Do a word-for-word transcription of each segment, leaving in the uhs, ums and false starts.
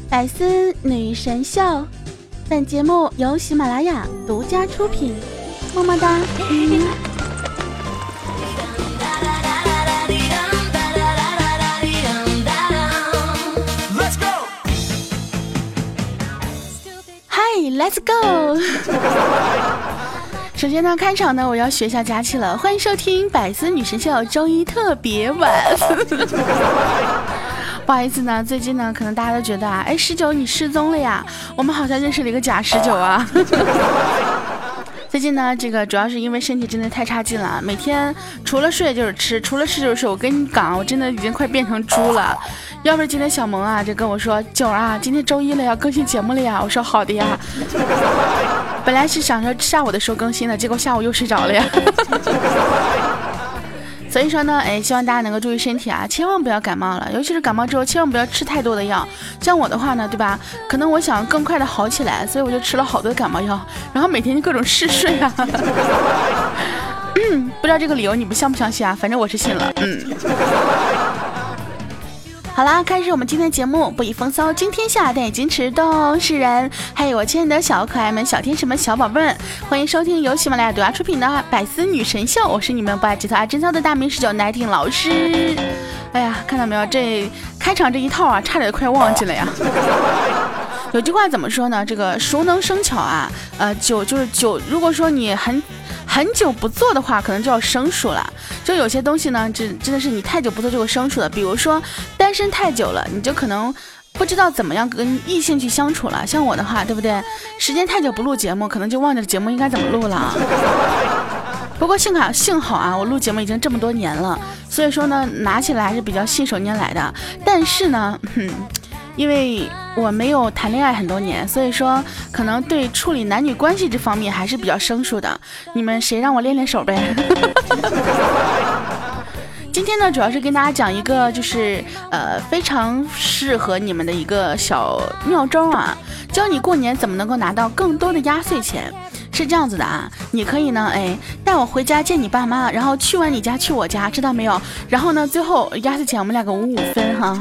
百思女神秀，本节目由喜马拉雅独家出品，么么哒。嗯Let's go 首先呢，开场呢，我要学一下佳期了。欢迎收听百思女神秀周一特别晚。不好意思呢，最近呢，可能大家都觉得啊，哎，十九你失踪了呀，我们好像认识了一个假十九啊。最近呢，这个主要是因为身体真的太差劲了，每天除了睡就是吃，除了吃就是睡。我跟你讲，我真的已经快变成猪了。要不是今天小萌啊，就跟我说九儿啊，今天周一了，要更新节目了呀。我说好的呀。本来是想着下午的时候更新的，结果下午又睡着了呀。所以说呢，哎，希望大家能够注意身体啊，千万不要感冒了，尤其是感冒之后，千万不要吃太多的药。像我的话呢，对吧？可能我想更快的好起来，所以我就吃了好多感冒药，然后每天就各种嗜睡啊。嗯，不知道这个理由你们相不相信啊？反正我是信了。嗯。好啦，开始我们今天节目，不以风骚惊天下，但以矜持动世人。还有我亲爱的小可爱们、小天使们、小宝贝们，欢迎收听由喜马拉雅独家出品的百思女神秀，我是你们不爱节操爱贞操的大名十九奶挺老师。哎呀，看到没有，这开场这一套啊，差点快忘记了呀。有句话怎么说呢？这个熟能生巧啊，呃，久就是久。如果说你很很久不做的话，可能就要生疏了。就有些东西呢，真真的是你太久不做就会生疏的。比如说单身太久了，你就可能不知道怎么样跟异性去相处了。像我的话，对不对？时间太久不录节目，可能就忘记了节目应该怎么录了。不过幸好幸好啊，我录节目已经这么多年了，所以说呢，拿起来还是比较信手拈来的。但是呢，哼。因为我没有谈恋爱很多年，所以说可能对处理男女关系这方面还是比较生疏的。你们谁让我练练手呗？今天呢，主要是跟大家讲一个就是呃非常适合你们的一个小妙招啊，教你过年怎么能够拿到更多的压岁钱。是这样子的啊，你可以呢，哎，带我回家见你爸妈，然后去完你家去我家，知道没有？然后呢，最后压岁钱我们两个五五分哈。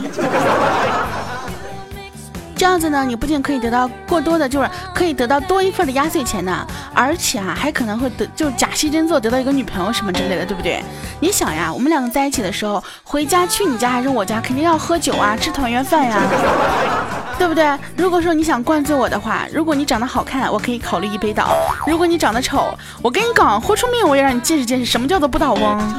这样子呢，你不仅可以得到过多的，就是可以得到多一份的压岁钱呢，而且啊，还可能会得就假戏真做得到一个女朋友什么之类的，对不对？你想呀，我们两个在一起的时候，回家去你家还是我家，肯定要喝酒啊，吃团圆饭呀，对不对？如果说你想灌醉我的话，如果你长得好看，我可以考虑一杯倒；如果你长得丑，我跟你讲，豁出命我也让你见识见识什么叫做不倒翁。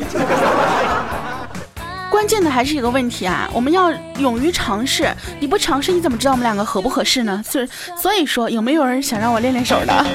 关键的还是一个问题啊，我们要勇于尝试，你不尝试你怎么知道我们两个合不合适呢？所以所以说有没有人想让我练练手的？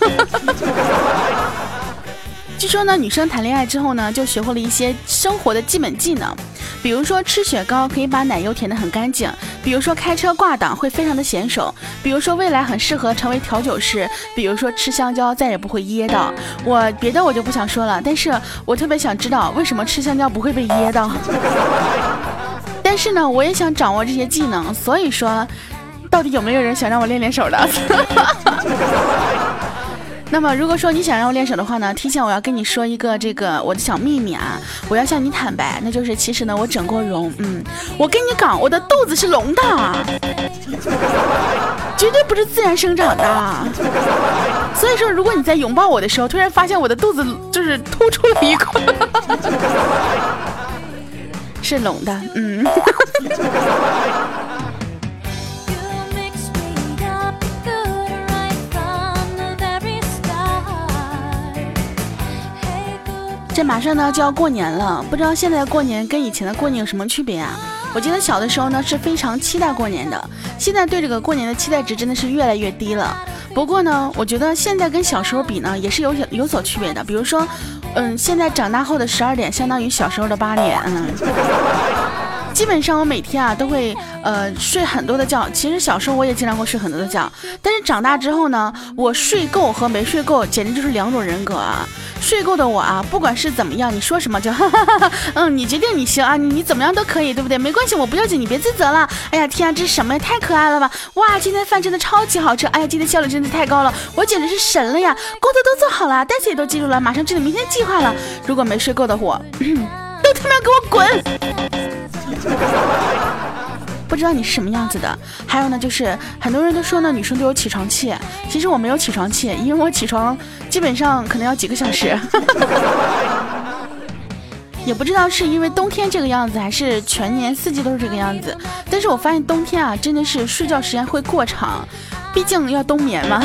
据说呢，女生谈恋爱之后呢，就学会了一些生活的基本技能，比如说吃雪糕可以把奶油舔得很干净，比如说开车挂档会非常的娴熟，比如说未来很适合成为调酒师，比如说吃香蕉再也不会噎到。我别的我就不想说了，但是我特别想知道为什么吃香蕉不会被噎到。但是呢，我也想掌握这些技能，所以说，到底有没有人想让我练练手的？那么如果说你想让我练手的话呢，提前我要跟你说一个这个我的小秘密啊，我要向你坦白，那就是其实呢我整过容，嗯，我跟你讲，我的肚子是隆的，绝对不是自然生长的。所以说如果你在拥抱我的时候突然发现我的肚子就是突出了一块，是隆的，嗯。这马上呢就要过年了，不知道现在的过年跟以前的过年有什么区别啊？我记得小的时候呢是非常期待过年的，现在对这个过年的期待值真的是越来越低了。不过呢，我觉得现在跟小时候比呢也是有有所区别的。比如说，嗯，现在长大后的十二点相当于小时候的八点，嗯。基本上我每天啊都会呃睡很多的觉，其实小时候我也经常会睡很多的觉，但是长大之后呢，我睡够和没睡够简直就是两种人格啊。睡够的我啊，不管是怎么样，你说什么就哈哈哈哈，嗯，你决定你行啊，你你怎么样都可以，对不对？没关系，我不要紧，你别自责了。哎呀天啊，这是什么呀？太可爱了吧！哇，今天饭真的超级好吃！哎呀，今天效率真的太高了，我简直是神了呀！工作都做好了，单词也都记住了，马上制定明天计划了。如果没睡够的我，都他妈给我滚！ 不知道你是什么样子的。还有呢，就是很多人都说呢，女生都有起床气，其实我没有起床气，因为我起床基本上可能要几个小时。也不知道是因为冬天这个样子，还是全年四季都是这个样子。但是我发现冬天啊，真的是睡觉时间会过长，毕竟要冬眠嘛。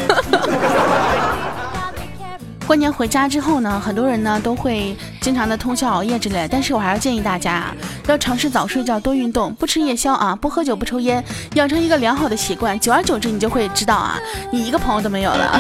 过年回家之后呢，很多人呢都会经常的通宵熬夜之类的，但是我还是建议大家啊，要尝试早睡觉，多运动，不吃夜宵啊，不喝酒，不抽烟，养成一个良好的习惯，久而久之你就会知道啊，你一个朋友都没有了。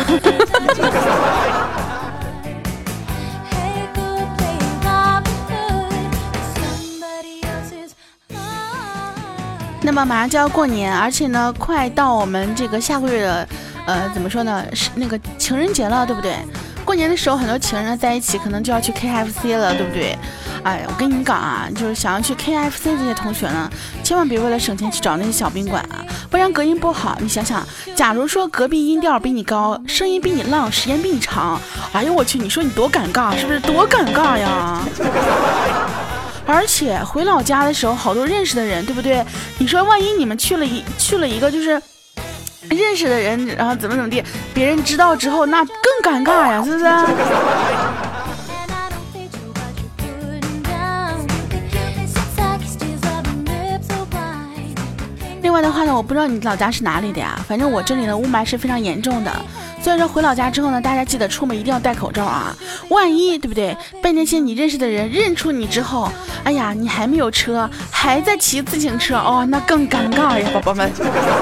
那么马上就要过年，而且呢快到我们这个下个月的呃怎么说呢，是那个情人节了，对不对？过年的时候很多情人在一起，可能就要去 K F C 了，对不对？哎，我跟你们讲啊，就是想要去 K F C 这些同学呢，千万别为了省钱去找那些小宾馆啊，不然隔音不好。你想想，假如说隔壁音调比你高，声音比你浪，时间比你长，哎呦我去，你说你多尴尬，是不是多尴尬呀？而且回老家的时候，好多认识的人，对不对？你说万一你们去了一去了一个就是认识的人，然后怎么怎么地，别人知道之后，那更尴尬呀，是不是？另外的话呢，我不知道你老家是哪里的呀，反正我这里的雾霾是非常严重的。所以说回老家之后呢，大家记得出门一定要戴口罩啊！万一对不对，被那些你认识的人认出你之后，哎呀，你还没有车，还在骑自行车哦，那更尴尬呀，宝宝们。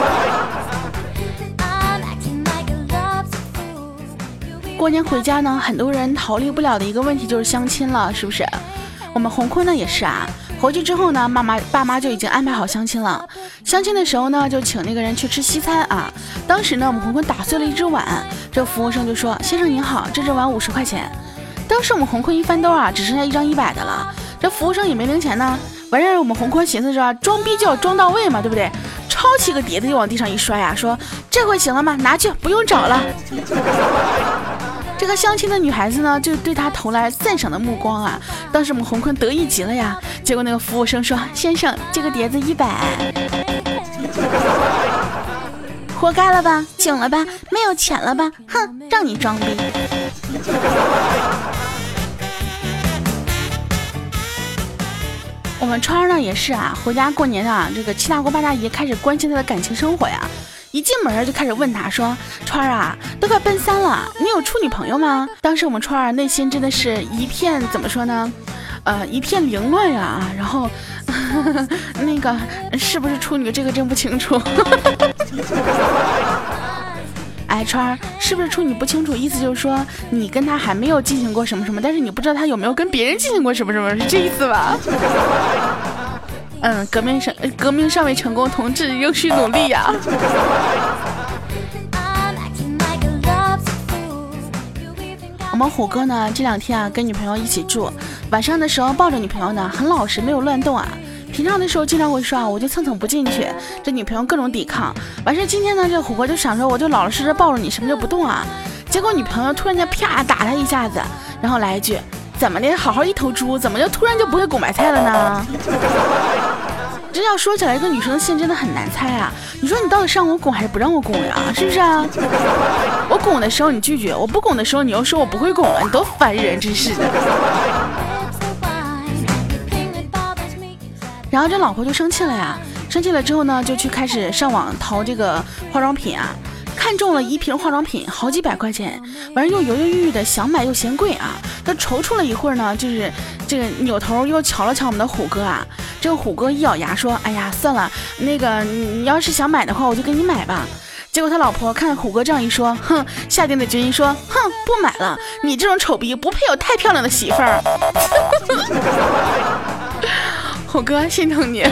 过年回家呢，很多人逃离不了的一个问题就是相亲了，是不是？我们洪坤呢也是啊。回去之后呢，妈妈爸妈就已经安排好相亲了。相亲的时候呢，就请那个人去吃西餐啊。当时呢，我们红坤打碎了一只碗，这个服务生就说：“先生您好，这只碗五十块钱。”当时我们红坤一翻兜啊，只剩下一张一百的了。这服务生也没零钱呢。完事儿，我们红坤寻思着装逼就要装到位嘛，对不对？抄起个碟子就往地上一摔啊，说：“这回行了吗？拿去，不用找了。”这个相亲的女孩子呢，就对他投来赞赏的目光啊。当时我们洪坤得意极了呀。结果那个服务生说：“先生，这个碟子一百，活该了吧，请了吧，没有钱了吧，哼，让你装逼。”我们川儿呢也是啊，回家过年啊，这个七大姑八大姨开始关心他的感情生活呀。一进门就开始问他说：“川儿啊，都快奔三了，你有处女朋友吗？”当时我们川儿内心真的是一片怎么说呢，呃，一片凌乱呀。然后呵呵那个是不是处女这个真不清楚。哎，川儿是不是处女不清楚？意思就是说你跟他还没有进行过什么什么，但是你不知道他有没有跟别人进行过什么什么，是这意思吧？嗯，革命尚革命尚未成功，同志仍需努力呀。我们虎哥呢，这两天啊跟女朋友一起住，晚上的时候抱着女朋友呢，很老实，没有乱动啊。平常的时候经常会说啊，我就蹭蹭不进去，这女朋友各种抵抗。完事今天呢，这虎哥就想说，我就老老实实抱着你，什么就不动啊。结果女朋友突然间啪打他一下子，然后来一句：“怎么的，好好一头猪，怎么就突然就不会拱白菜了呢？”这要说起来，一个女生的心真的很难猜啊！你说你到底是让我拱还是不让我拱呀？是不是啊？我拱的时候你拒绝，我不拱的时候你又说我不会拱了，你多烦人，真是的。然后这老婆就生气了呀，生气了之后呢，就去开始上网淘这个化妆品啊。看中了一瓶化妆品，好几百块钱，完又犹犹豫豫的想买又嫌贵啊。他踌躇了一会儿呢，就是这个扭头又瞧了瞧我们的虎哥啊。这个虎哥一咬牙说：“哎呀，算了，那个你要是想买的话，我就给你买吧。”结果他老婆看虎哥这样一说，哼，下定的决心说：“哼，不买了，你这种丑逼不配有太漂亮的媳妇儿。”虎哥心疼你。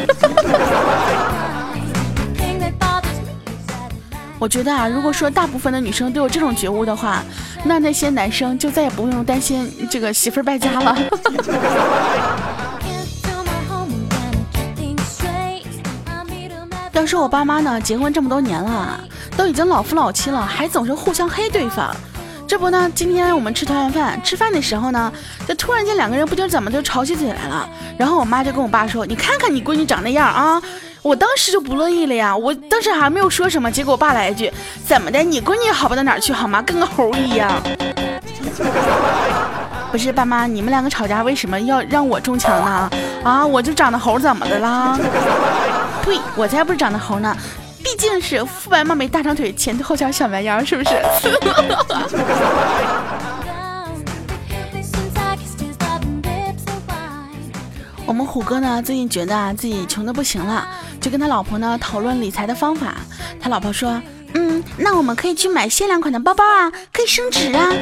我觉得啊，如果说大部分的女生都有这种觉悟的话，那那些男生就再也不用担心这个媳妇儿败家了。要说我爸妈呢，结婚这么多年了，都已经老夫老妻了，还总是互相黑对方。 这不呢，今天我们吃团圆饭，吃饭的时候呢，就突然间两个人不知道怎么就吵起嘴来了。然后我妈就跟我爸说：“你看看你闺女长那样啊！”我当时就不乐意了呀，我当时还没有说什么，结果我爸来一句：“怎么的？你闺女好不到哪儿去好吗？跟个猴一样。”不是爸妈，你们两个吵架为什么要让我中枪呢？啊，我就长得猴怎么的啦？呸，我才不是长得猴呢，毕竟是肤白貌美大长腿前后脚小蛮腰，是不是？我们虎哥呢，最近觉得啊自己穷得不行了，就跟他老婆呢讨论理财的方法。他老婆说：“嗯，那我们可以去买限量款的包包啊，可以升值啊。”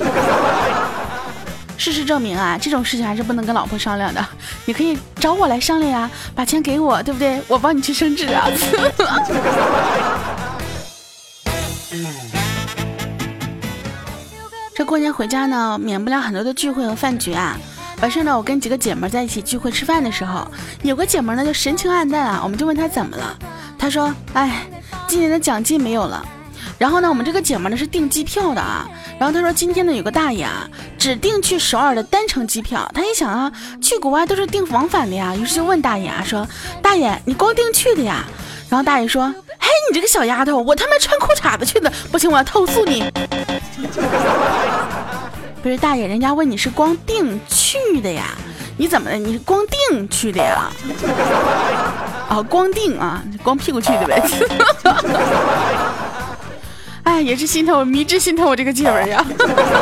事实证明啊，这种事情还是不能跟老婆商量的。你可以找我来商量呀，把钱给我，对不对？我帮你去升值啊。这过年回家呢，免不了很多的聚会和饭局啊。晚上呢，我跟几个姐妹在一起聚会吃饭的时候，有个姐妹呢就神情暗淡啊，我们就问她怎么了，她说：“哎，今年的奖金没有了。”然后呢，我们这个姐妹呢是订机票的啊，然后她说今天呢有个大爷啊，只订去首尔的单程机票。她一想啊，去国外都是订往返的呀，于是就问大爷啊说：“大爷，你光订去的呀？”然后大爷说：“嘿，你这个小丫头，我他妈穿裤衩子去的，不行，我要投诉你。”不是大爷，人家问你是光订去的呀，你怎么的？你是光订去的呀？啊，光订啊，光屁股去的呗。哎，也是心疼，迷之心疼我这个姐妹呀。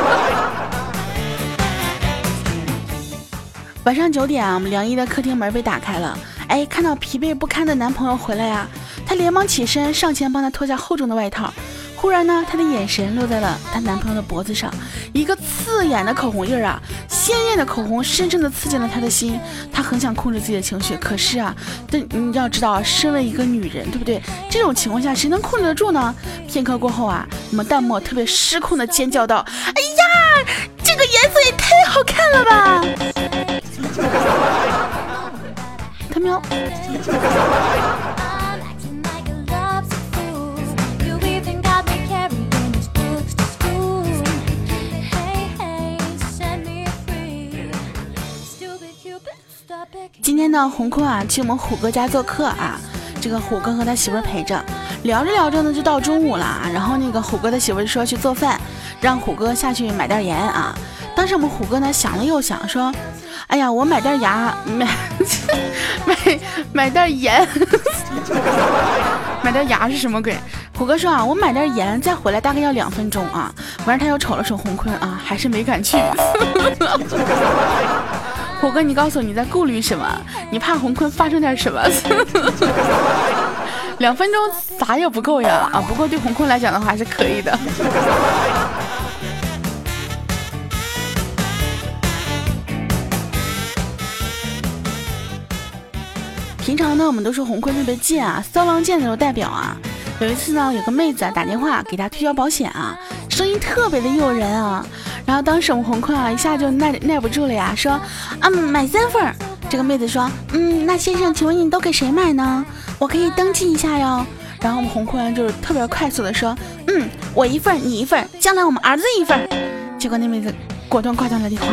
晚上九点啊，我们梁一的客厅门被打开了，哎，看到疲惫不堪的男朋友回来呀，她连忙起身上前帮他脱下厚重的外套。忽然呢，她的眼神落在了她男朋友的脖子上，一个刺眼的口红印啊，鲜艳的口红深深地刺进了她的心。她很想控制自己的情绪，可是啊，但你要知道啊，身为一个女人，对不对？这种情况下谁能控制得住呢？片刻过后啊，我们弹幕特别失控的尖叫道：“哎呀，这个颜色也太好看了吧！”他喵。今天呢，红坤啊去我们虎哥家做客啊，这个虎哥和他媳妇陪着，聊着聊着呢就到中午了，然后那个虎哥的媳妇说去做饭，让虎哥下去买袋盐啊。当时我们虎哥呢想了又想，说：“哎呀，我买袋牙，买买买袋盐，买袋牙是什么鬼？”虎哥说啊，我买袋盐再回来大概要两分钟啊。完事他又瞅了瞅红坤啊，还是没敢去。虎哥，你告诉我你在顾虑什么？你怕红坤发生点什么？两分钟咋也不够呀啊！不过对红坤来讲的话还是可以的。平常呢，我们都说红坤特别贱啊，骚浪贱那种代表啊。有一次呢，有个妹子啊打电话给他推销保险啊，声音特别的诱人啊。然后当时我们红坤啊一下就耐耐不住了呀，说啊买三份。这个妹子说，嗯，那先生，请问你都给谁买呢？我可以登记一下哟。然后我们红坤就是特别快速的说，嗯，我一份，你一份，将来我们儿子一份。结果那妹子果断挂断了电话。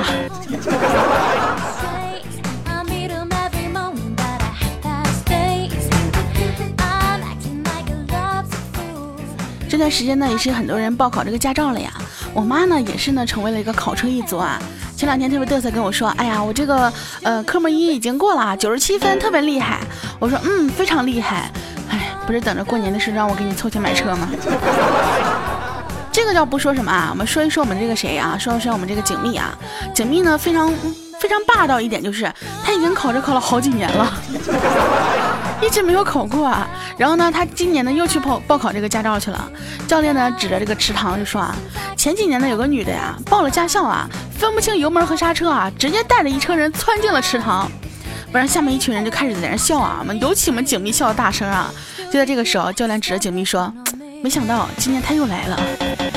这段时间呢，也是很多人报考这个驾照了呀。我妈呢，也是呢，成为了一个考车一族啊。前两天特别嘚瑟跟我说，哎呀，我这个呃科目一已经过了，九十七分，特别厉害。我说，嗯，非常厉害。哎，不是等着过年的时候让我给你凑钱买车吗？这个叫不说什么啊，我们说一说我们这个谁啊，说一说我们这个景蜜啊。景蜜呢，非常非常霸道一点，就是他已经考着考了好几年了。一直没有考过啊，然后呢，他今年呢又去报报考这个驾照去了。教练呢指着这个池塘就说啊，前几年呢有个女的呀报了驾校啊，分不清油门和刹车啊，直接带着一车人窜进了池塘。不然下面一群人就开始在那笑啊，我们尤其我们景蜜笑的大声啊。就在这个时候，教练指着景蜜说，没想到今年他又来了。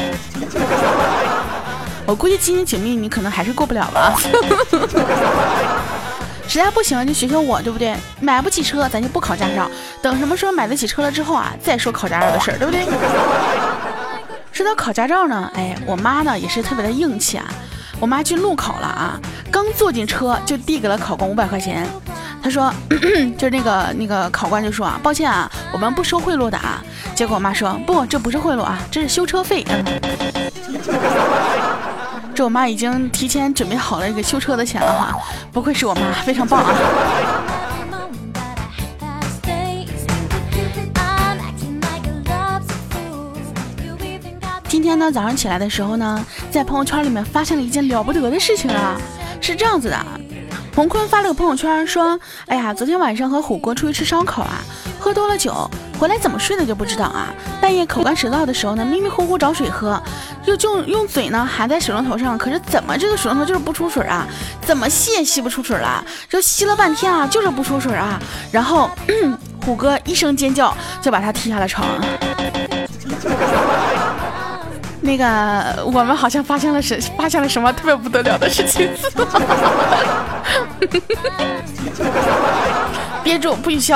我估计今年景蜜你可能还是过不了了。实在不行就学学我，对不对？买不起车咱就不考驾照，等什么时候买得起车了之后啊，再说考驾照的事儿，对不对？ 说到考驾照呢，哎，我妈呢也是特别的硬气啊。我妈去路考了啊，刚坐进车就递给了考官五百块钱。她说，咳咳就是那个那个考官就说啊，抱歉啊，我们不收贿赂的啊。结果我妈说，不，这不是贿赂啊，这是修车费。嗯，这我妈已经提前准备好了一个修车的钱了哈，不愧是我妈，非常棒啊。今天呢，早上起来的时候呢，在朋友圈里面发现了一件了不得的事情啊，是这样子的，洪坤发了个朋友圈说，哎呀，昨天晚上和虎哥出去吃烧烤啊，喝多了酒，回来怎么睡的就不知道啊，半夜口干舌燥的时候呢，迷迷糊糊找水喝，又就用嘴呢含在水龙头上，可是怎么这个水龙头就是不出水啊，怎么吸也吸不出水了，这吸了半天啊，就是不出水啊，然后、嗯、虎哥一声尖叫就把他踢下了床。那个我们好像发现了什发现了什么特别不得了的事情。憋住不许笑。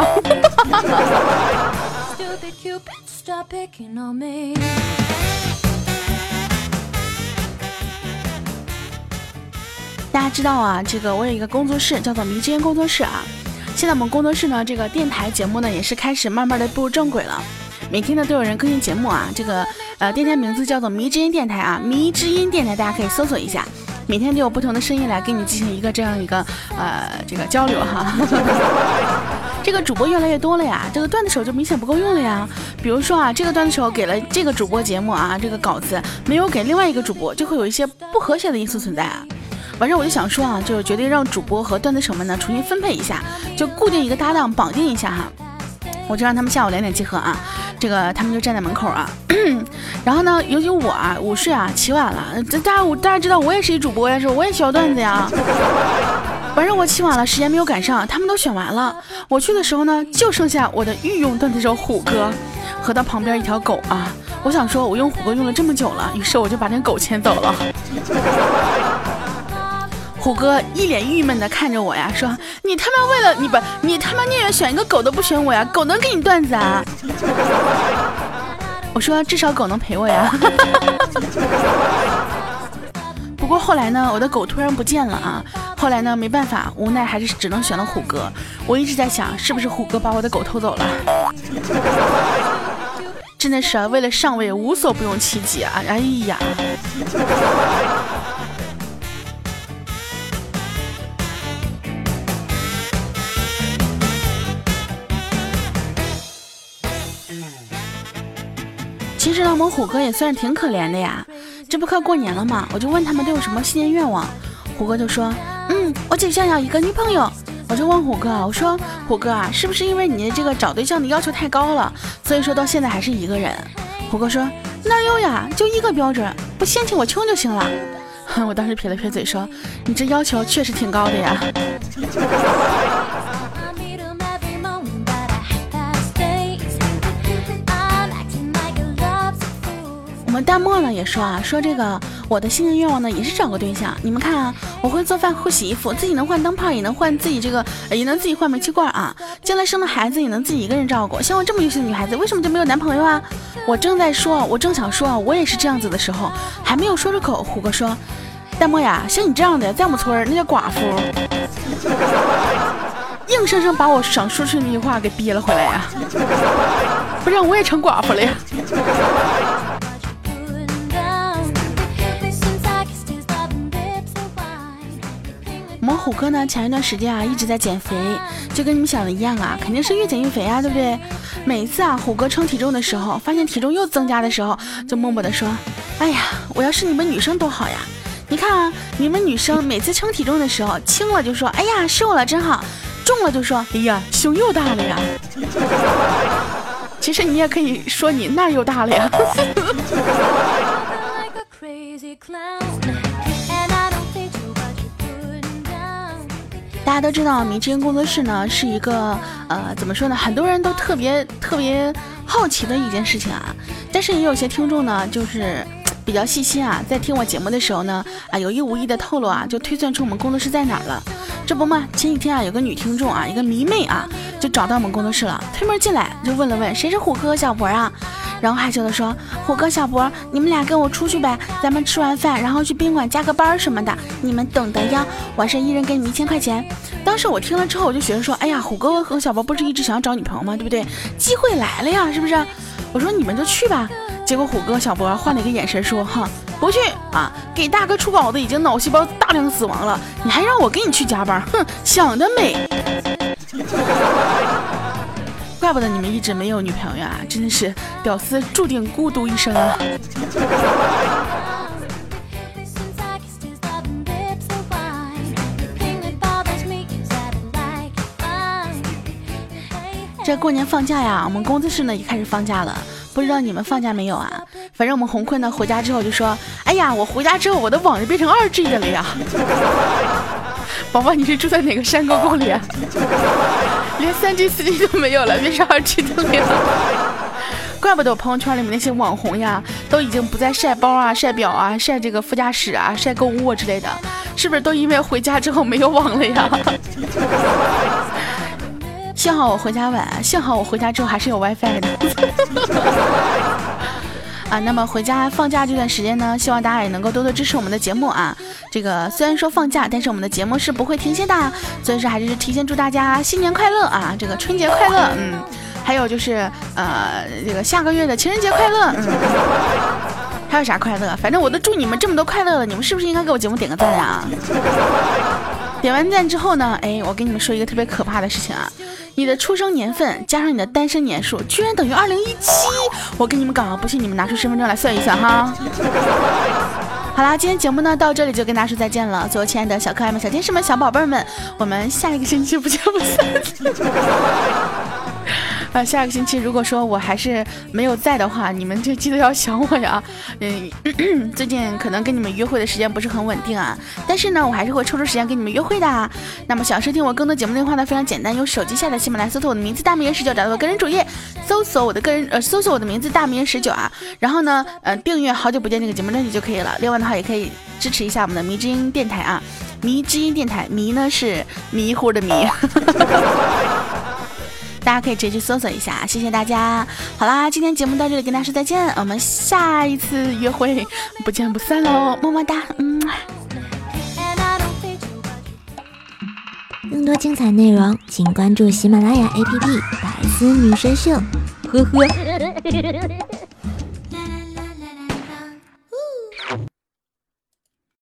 大家知道啊，这个我有一个工作室叫做迷之音工作室啊，现在我们工作室呢这个电台节目呢也是开始慢慢的步入正轨了，每天呢都有人更新节目啊，这个呃电台名字叫做迷之音电台啊，迷之音电台大家可以搜索一下，每天都有不同的声音来跟你进行一个这样一个呃这个交流哈。这个主播越来越多了呀，这个段子手就明显不够用了呀。比如说啊，这个段子手给了这个主播节目啊这个稿子，没有给另外一个主播，就会有一些不和谐的因素存在啊。晚上我就想说啊，就决定让主播和段子手们呢重新分配一下，就固定一个搭档，绑定一下哈。我就让他们下午两点集合啊，这个他们就站在门口啊，然后呢，尤其我啊，午睡啊起晚了，这大家大家知道我也是一主播呀，是我也小段子呀。晚上我起晚了，时间没有赶上，他们都选完了，我去的时候呢，就剩下我的御用段子手虎哥和他旁边一条狗啊。我想说，我用虎哥用了这么久了，于是我就把那狗牵走了。虎哥一脸郁闷的看着我呀，说：“你他妈为了你不，你他妈宁愿选一个狗都不选我呀，狗能给你段子啊？”我说：“至少狗能陪我呀。”不过后来呢，我的狗突然不见了啊！后来呢，没办法，无奈还是只能选了虎哥。我一直在想，是不是虎哥把我的狗偷走了？真的是啊，为了上位无所不用其极啊！哎呀！其实呢，我们虎哥也算是挺可怜的呀。这不快过年了嘛，我就问他们都有什么新年愿望。虎哥就说：“嗯，我只想要一个女朋友。”我就问虎哥，我说：“虎哥啊，是不是因为你的这个找对象的要求太高了，所以说到现在还是一个人？”虎哥说：“哪有呀，就一个标准，不嫌弃我穷就行了。”我当时撇了撇嘴说：“你这要求确实挺高的呀。”我们大漠呢也说啊，说这个我的新年愿望呢也是找个对象。你们看啊，我会做饭会洗衣服，自己能换灯泡，也能换自己这个，也能自己换煤气罐啊。将来生了孩子也能自己一个人照顾。像我这么优秀的女孩子，为什么就没有男朋友啊？我正在说，我正想说，我也是这样子的时候，还没有说出口，虎哥说：“大漠呀，像你这样的，在我们村那叫寡妇。”硬生生把我想说出那句话给憋了回来呀，不然我也成寡妇了呀。我们虎哥呢，前一段时间啊一直在减肥，就跟你们想的一样啊，肯定是越减越肥啊，对不对？每一次啊，虎哥称体重的时候，发现体重又增加的时候，就默默的说：“哎呀，我要是你们女生多好呀！你看啊，你们女生每次称体重的时候，轻了就说哎呀瘦了真好，重了就说哎呀胸又大了呀。其实你也可以说你那又大了呀。”大家都知道迷之音工作室呢是一个呃怎么说呢，很多人都特别特别好奇的一件事情啊，但是也有些听众呢就是比较细心啊，在听我节目的时候呢啊有意无意的透露啊，就推算出我们工作室在哪儿了。这不嘛，前几天啊有个女听众啊，一个迷妹啊就找到我们工作室了，推门进来就问了问谁是虎哥和小博啊， 然后害羞的说，虎哥小博，你们俩跟我出去呗，咱们吃完饭然后去宾馆加个班什么的，你们懂得呀，晚上一人给你们一千块钱。当时我听了之后我就觉得说，哎呀，虎哥和小博不是一直想要找女朋友吗，对不对？机会来了呀，是不是？我说你们就去吧。结果虎哥小博换了一个眼神说，哈，不去啊，给大哥出宝的已经脑细胞大量死亡了，你还让我跟你去加班，哼，想得美。怪不得你们一直没有女朋友啊，真的是屌丝注定孤独一生啊。这过年放假呀，我们工作室呢也开始放假了，不知道你们放假没有啊？反正我们红坤呢回家之后就说，哎呀，我回家之后我的网就变成二 G 的了呀。宝宝，你是住在哪个山沟沟里啊？连三 G 四 G 都没有了，变成二 G 的了。怪不得我朋友圈里面那些网红呀，都已经不再晒包啊、晒表啊、晒这个副驾驶啊、晒购物之类的，是不是都因为回家之后没有网了呀？幸好我回家晚，幸好我回家之后还是有 WiFi 的。啊，那么回家放假这段时间呢，希望大家也能够多多支持我们的节目啊。这个虽然说放假，但是我们的节目是不会停歇的，所以说还是提前祝大家新年快乐啊，这个春节快乐，嗯，还有就是呃，这个下个月的情人节快乐，嗯，还有啥快乐？反正我都祝你们这么多快乐了，你们是不是应该给我节目点个赞啊？点完赞之后呢，哎，我跟你们说一个特别可怕的事情啊，你的出生年份加上你的单身年数，居然等于二零一七！我跟你们讲，不信你们拿出身份证来算一算哈。好啦，今天节目呢到这里就跟大家说再见了，所有亲爱的小可爱们、小天使们、小宝贝们，我们下一个星期不见不散。啊，下个星期如果说我还是没有在的话，你们就记得要想我呀。嗯，最近可能跟你们约会的时间不是很稳定啊，但是呢，我还是会抽出时间跟你们约会的。那么想收听我更多节目内容的话呢，非常简单，用手机下载喜马拉雅，搜索我的名字大名人十九，找到我个人主页，搜索我的个人呃，搜索我的名字大名人十九啊。然后呢，呃，订阅好久不见这个节目专辑就可以了。另外的话，也可以支持一下我们的迷之音电台啊，迷之音电台，迷呢是迷糊的迷。大家可以直接去搜索一下，谢谢大家。好啦，今天节目到这里跟大家说再见，我们下一次约会不见不散喽，么么哒，嗯。 更多精彩内容，请关注喜马拉雅 A P P 百思女神秀，呵呵。